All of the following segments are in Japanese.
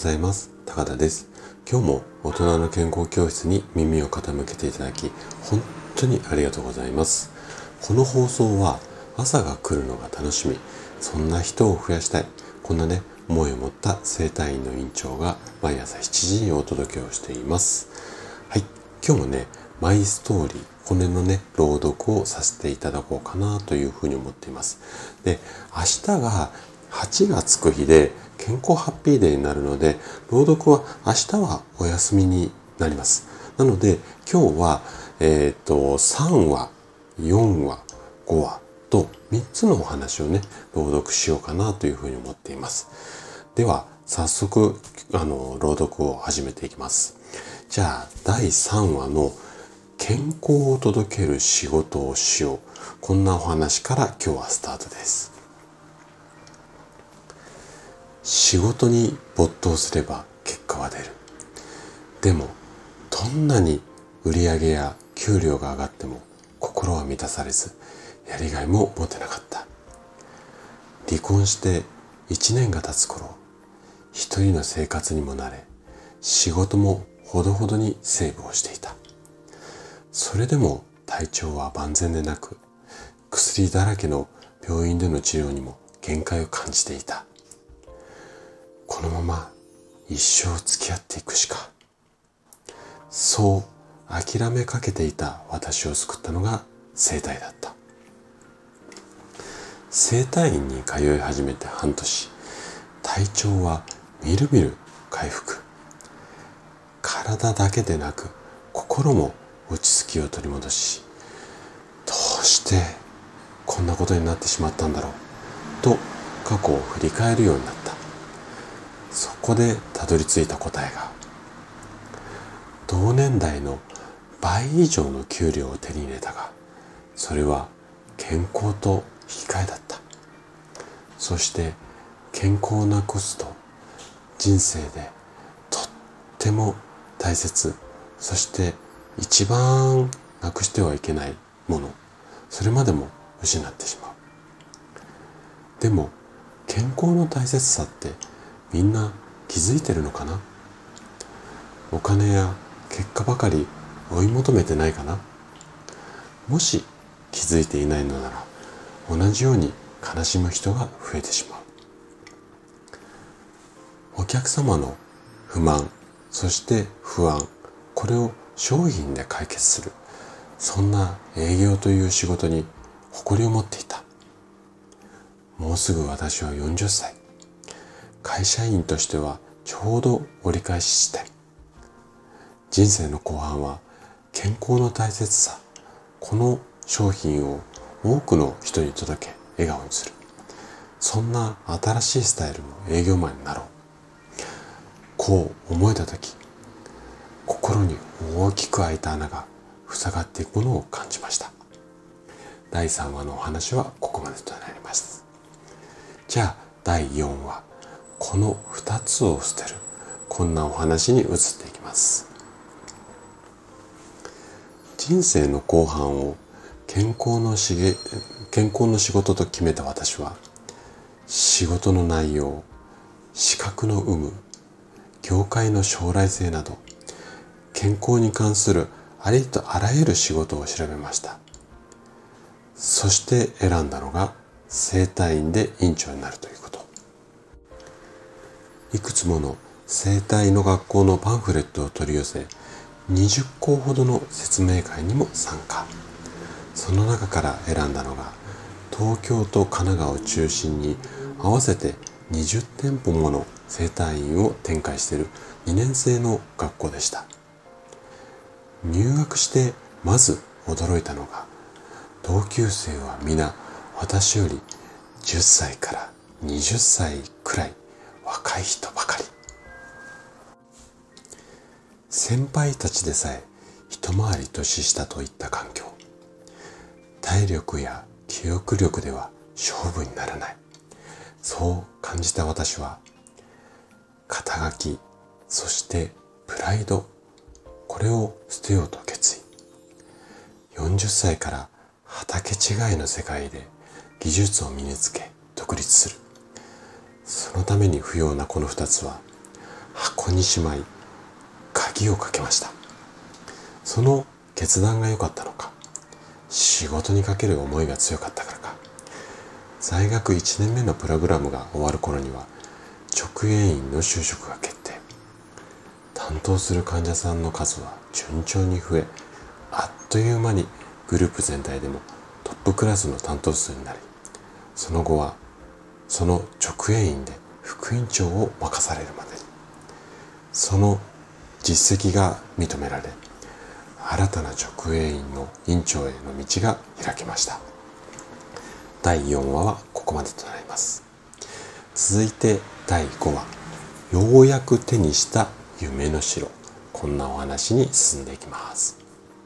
ざいます。高田です。今日も大人の健康教室に耳を傾けていただき、本当にありがとうございます。この放送は朝が来るのが楽しみ、そんな人を増やしたい、こんな思いを持った整体院の院長が毎朝7時にお届けをしています。はい、今日もマイストーリー、これの朗読をさせていただこうかなというふうに思っています。で、明日が8がつく日で健康ハッピーデーになるので、朗読は明日はお休みになります。なので今日は3話、4話、5話と3つのお話を朗読しようかなというふうに思っています。では早速朗読を始めていきます。じゃあ第3話の健康を届ける仕事をしよう、こんなお話から今日はスタートです。仕事に没頭すれば結果は出る。でもどんなに売り上げや給料が上がっても心は満たされず、やりがいも持てなかった。離婚して1年が経つ頃、一人の生活にも慣れ、仕事もほどほどにセーブをしていた。それでも体調は万全でなく、薬だらけの病院での治療にも限界を感じていた。このまま一生付き合っていくしか。そう諦めかけていた私を救ったのが整体だった。整体院に通い始めて半年、体調はみるみる回復。体だけでなく心も落ち着きを取り戻し、どうしてこんなことになってしまったんだろうと過去を振り返るようになった。そこでたどり着いた答えが、同年代の倍以上の給料を手に入れたが、それは健康と引き換えだった。そして健康をなくすと人生でとっても大切、そして一番なくしてはいけないもの、それまでも失ってしまう。でも健康の大切さってみんな気づいてるのかな？お金や結果ばかり追い求めてないかな？もし気づいていないのなら、同じように悲しむ人が増えてしまう。お客様の不満、そして不安、これを商品で解決する、そんな営業という仕事に誇りを持っていた。もうすぐ私は40歳。会社員としてはちょうど折り返し地点。人生の後半は健康の大切さ、この商品を多くの人に届け笑顔にする、そんな新しいスタイルの営業マンになろう、こう思えた時、心に大きく開いた穴が塞がっていくものを感じました。第3話のお話はここまでとなります。じゃあ第4話、この2つを捨てる、こんなお話に移っていきます。人生の後半を健康の仕事と決めた私は、仕事の内容、資格の有無、業界の将来性など、健康に関するありとあらゆる仕事を調べました。そして選んだのが整体院で院長になるということ。いくつもの整体の学校のパンフレットを取り寄せ、20校ほどの説明会にも参加。その中から選んだのが、東京と神奈川を中心に合わせて20店舗もの整体院を展開している2年生の学校でした。入学してまず驚いたのが、同級生は皆私より10歳から20歳くらい若い人ばかり。先輩たちでさえ一回り年下といった環境。体力や記憶力では勝負にならない。そう感じた私は、肩書き、そしてプライド、これを捨てようと決意。40歳から畑違いの世界で技術を身につけ独立する。そのために不要なこの2つは、 こにしまい鍵をかけました。その決断が良かったのか、仕事にかける思いが強かったからか、在学1年目のプログラムが終わる頃には直営員の就職が決定。担当する患者さんの数は順調に増え、あっという間にグループ全体でもトップクラスの担当数になり、その後はその直営員で副院長を任されるまでに。その実績が認められ、新たな直営員の院長への道が開けました。第4話はここまでとなります。続いて第5話、ようやく手にした夢の城。こんなお話に進んでいきます。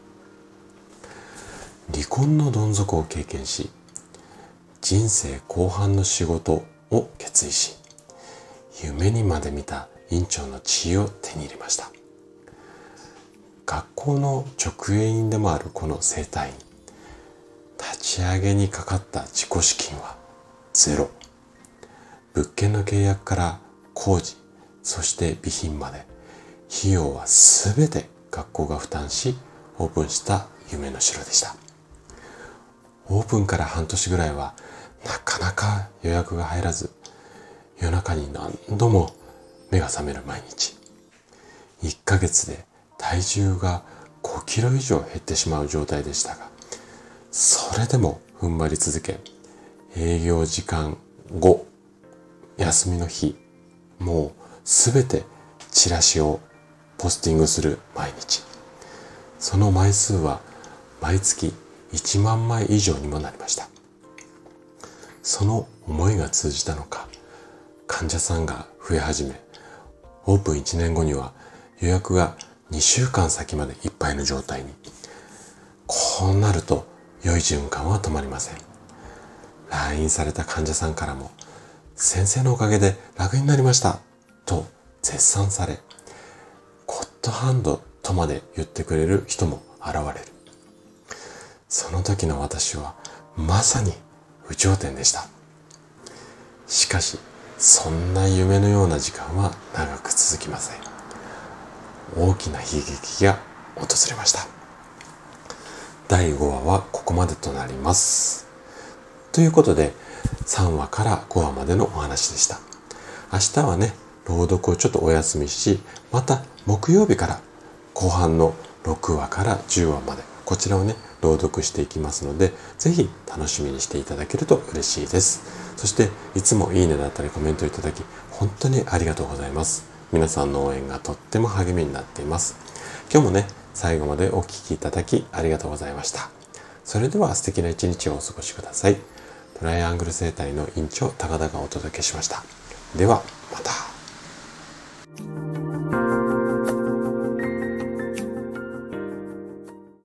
離婚のどん底を経験し、人生後半の仕事を決意し、夢にまで見た院長の地位を手に入れました。学校の直営員でもあるこの整体院、立ち上げにかかった自己資金はゼロ。物件の契約から工事、そして備品まで、費用はすべて学校が負担し、オープンした夢の城でした。オープンから半年ぐらいはなかなか予約が入らず、夜中に何度も目が覚める毎日。1ヶ月で体重が5キロ以上減ってしまう状態でしたが、それでも踏ん張り続け、営業時間後、休みの日、もうすべてチラシをポスティングする毎日。その枚数は毎月1万枚以上にもなりました。その思いが通じたのか、患者さんが増え始め、オープン1年後には予約が2週間先までいっぱいの状態に。こうなると良い循環は止まりません。来院された患者さんからも、先生のおかげで楽になりましたと絶賛され、ゴッドハンドとまで言ってくれる人も現れる。その時の私はまさに有頂天でした。しかし、そんな夢のような時間は長く続きません。大きな悲劇が訪れました。第5話はここまでとなります。ということで、3話から5話までのお話でした。明日はね、朗読をちょっとお休みし、また木曜日から後半の6話から10話まで、こちらをね、朗読していきますので、ぜひ楽しみにしていただけると嬉しいです。そして、いつもいいねだったりコメントいただき、本当にありがとうございます。皆さんの応援がとっても励みになっています。今日もね、最後までお聞きいただきありがとうございました。それでは素敵な一日をお過ごしください。トライアングル生態の院長高田がお届けしました。では。